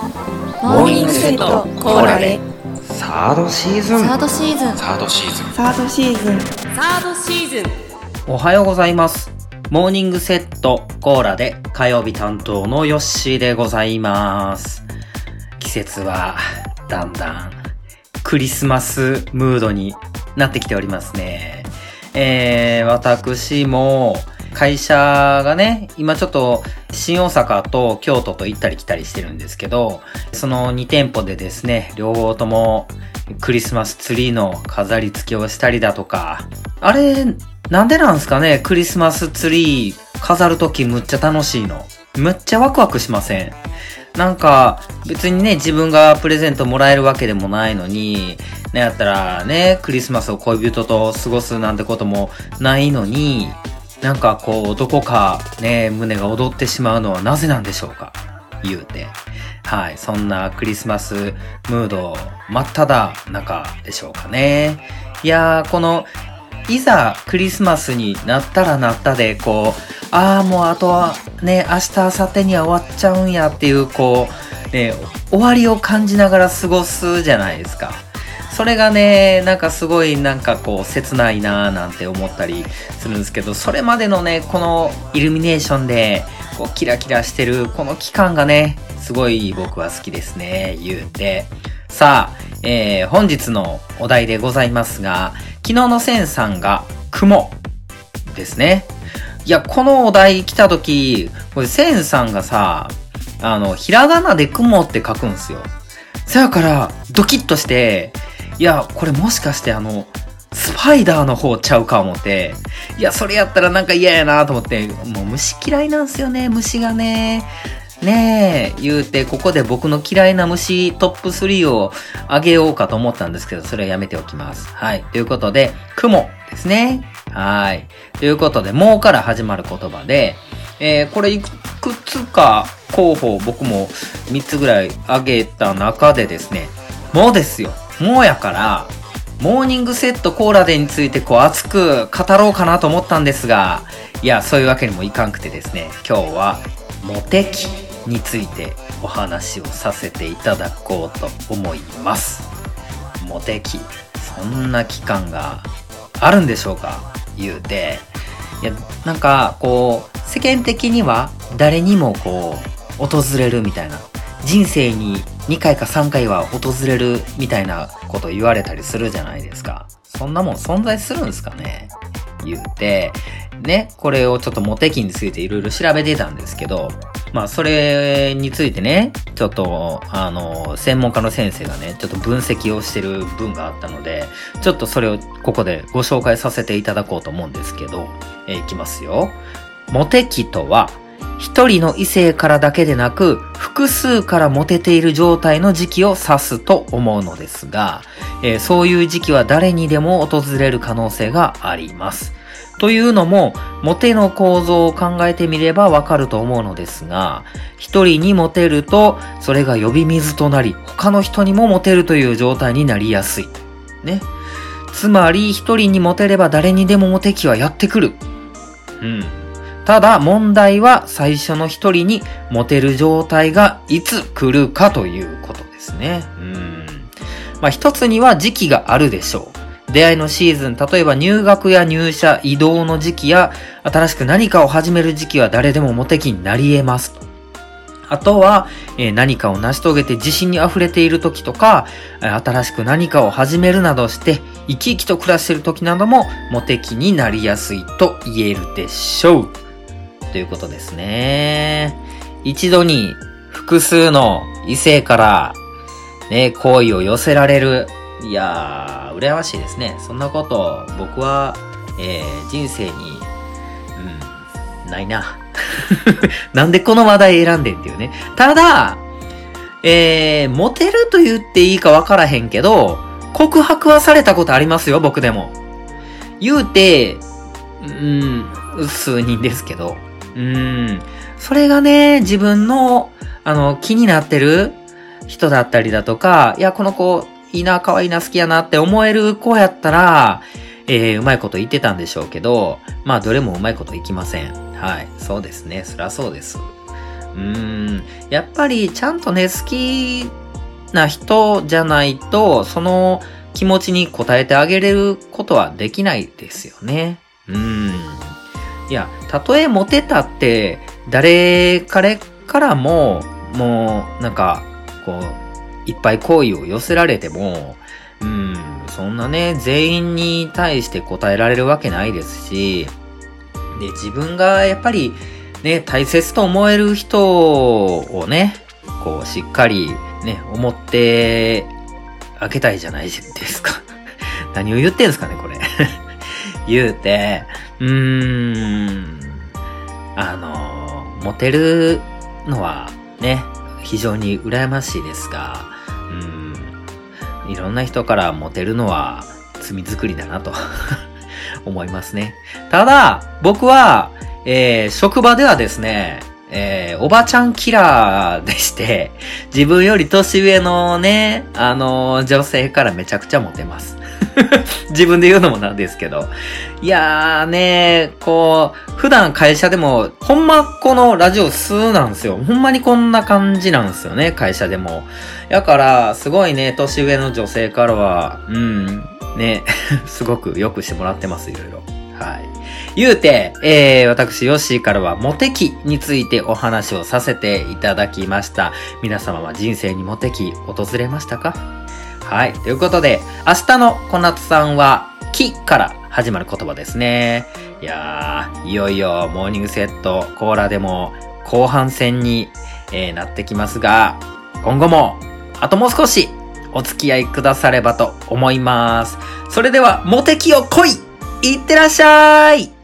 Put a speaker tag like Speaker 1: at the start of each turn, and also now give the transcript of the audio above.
Speaker 1: モーニングセットコーラで
Speaker 2: サードシーズンおはようございます。モーニングセットコーラで火曜日担当のヨッシーでございます。季節はだんだんクリスマスムードになってきておりますね。私も会社がね、今ちょっと新大阪と京都と行ったり来たりしてるんですけど、その2店舗でですね、両方ともクリスマスツリーの飾り付けをしたりだとか、あれ、なんでなんすかね、クリスマスツリー飾るときむっちゃ楽しいの。むっちゃワクワクしません？なんか別にね、自分がプレゼントもらえるわけでもないのに、ね、やったらね、クリスマスを恋人と過ごすなんてこともないのに、なんかこう、どこかね、胸が躍ってしまうのはなぜなんでしょうか言うて。はい、そんなクリスマスムード真っ只中でしょうかね。いやー、この、いざクリスマスになったらなったで、こう、もうあとはね、明日明後日には終わっちゃうんやっていう、こう、ね、終わりを感じながら過ごすじゃないですか。それがね、なんかすごいなんかこう切ないなーなんて思ったりするんですけど、それまでのね、このイルミネーションでこうキラキラしてるこの期間がね、すごい僕は好きですね、言うて。さあ、本日のお題でございますが、昨日のセンさんが雲ですね。いや、このお題来た時、これセンさんがさ、ひらがなで雲って書くんすよ。そやからドキッとして、いや、これもしかしてスパイダーの方ちゃうか思って、いや、それやったらなんか嫌やなと思って、もう虫嫌いなんすよね、虫がね。ねえ、言うて、ここで僕の嫌いな虫トップ3をあげようかと思ったんですけど、それはやめておきます。はい。ということで、雲ですね。はい。ということで、もうから始まる言葉で、これいくつか候補僕も3つぐらいあげた中でですね、もうですよ。もうやから、モーニングセットコーラでについてこう熱く語ろうかなと思ったんですが、いや、そういうわけにもいかんくてですね、今日はモテ期についてお話をさせていただこうと思います。モテ期、そんな期間があるんでしょうか言うて、いや、なんかこう世間的には誰にもこう訪れるみたいな、人生に2回か3回は訪れるみたいなこと言われたりするじゃないですか。そんなもん存在するんですかね言うて、ね、これをちょっとモテ期についていろいろ調べてたんですけど、まあそれについてね、ちょっと専門家の先生がね、ちょっと分析をしてる文があったので、ちょっとそれをここでご紹介させていただこうと思うんですけど、いきますよ。モテ期とは、一人の異性からだけでなく、複数からモテている状態の時期を指すと思うのですが、そういう時期は誰にでも訪れる可能性があります。というのも、モテの構造を考えてみればわかると思うのですが、一人にモテると、それが呼び水となり、他の人にもモテるという状態になりやすい。ね。つまり、一人にモテれば誰にでもモテ期はやってくる。ただ問題は最初の一人にモテる状態がいつ来るかということですね。まあ一つには時期があるでしょう。出会いのシーズン、例えば入学や入社、移動の時期や新しく何かを始める時期は誰でもモテ期になり得ますと。あとは、何かを成し遂げて自信に溢れている時とか、新しく何かを始めるなどして生き生きと暮らしている時などもモテ期になりやすいと言えるでしょう。ということですね。一度に複数の異性からね、好意を寄せられる。いやー、羨ましいですね。そんなこと僕は、人生に、ないな。なんでこの話題選んでんっていうね。ただ、モテると言っていいかわからへんけど、告白はされたことありますよ、僕でも。言うて、数人ですけど。それがね、自分の、気になってる人だったりだとか、いや、この子、いいな、可愛いな、好きやなって思える子やったら、うまいこと言ってたんでしょうけど、まあ、どれもうまいこといきません。はい。そうですね。そりゃそうです。 やっぱりちゃんとね、好きな人じゃないと、その気持ちに応えてあげれることはできないですよね。いや、たとえモテたって、彼からも、もう、なんか、こう、いっぱい好意を寄せられても、そんなね、全員に対して答えられるわけないですし、で、自分がやっぱりね、大切と思える人をね、こう、しっかりね、思ってあげたいじゃないですか。何を言ってんすかね、これ。言うて、モテるのはね、非常に羨ましいですが、いろんな人からモテるのは罪作りだなと思いますね。ただ、僕は、職場ではですね、おばちゃんキラーでして、自分より年上のね、女性からめちゃくちゃモテます。自分で言うのもなんですけど。いやーね、こう、普段会社でも、ほんまこのラジオ数なんですよ。ほんまにこんな感じなんですよね、会社でも。だから、すごいね、年上の女性からは、ね、すごく良くしてもらってます、いろいろ。はい。言うて、私、ヨッシーからは、モテ期についてお話をさせていただきました。皆様は人生にモテ期、訪れましたか？はい。ということで、明日の小夏さんは、きから始まる言葉ですね。いやー、いよいよモーニングセット、コーラでも後半戦に、なってきますが、今後も、あともう少し、お付き合いくださればと思います。それでは、モテ期を来い！いってらっしゃい！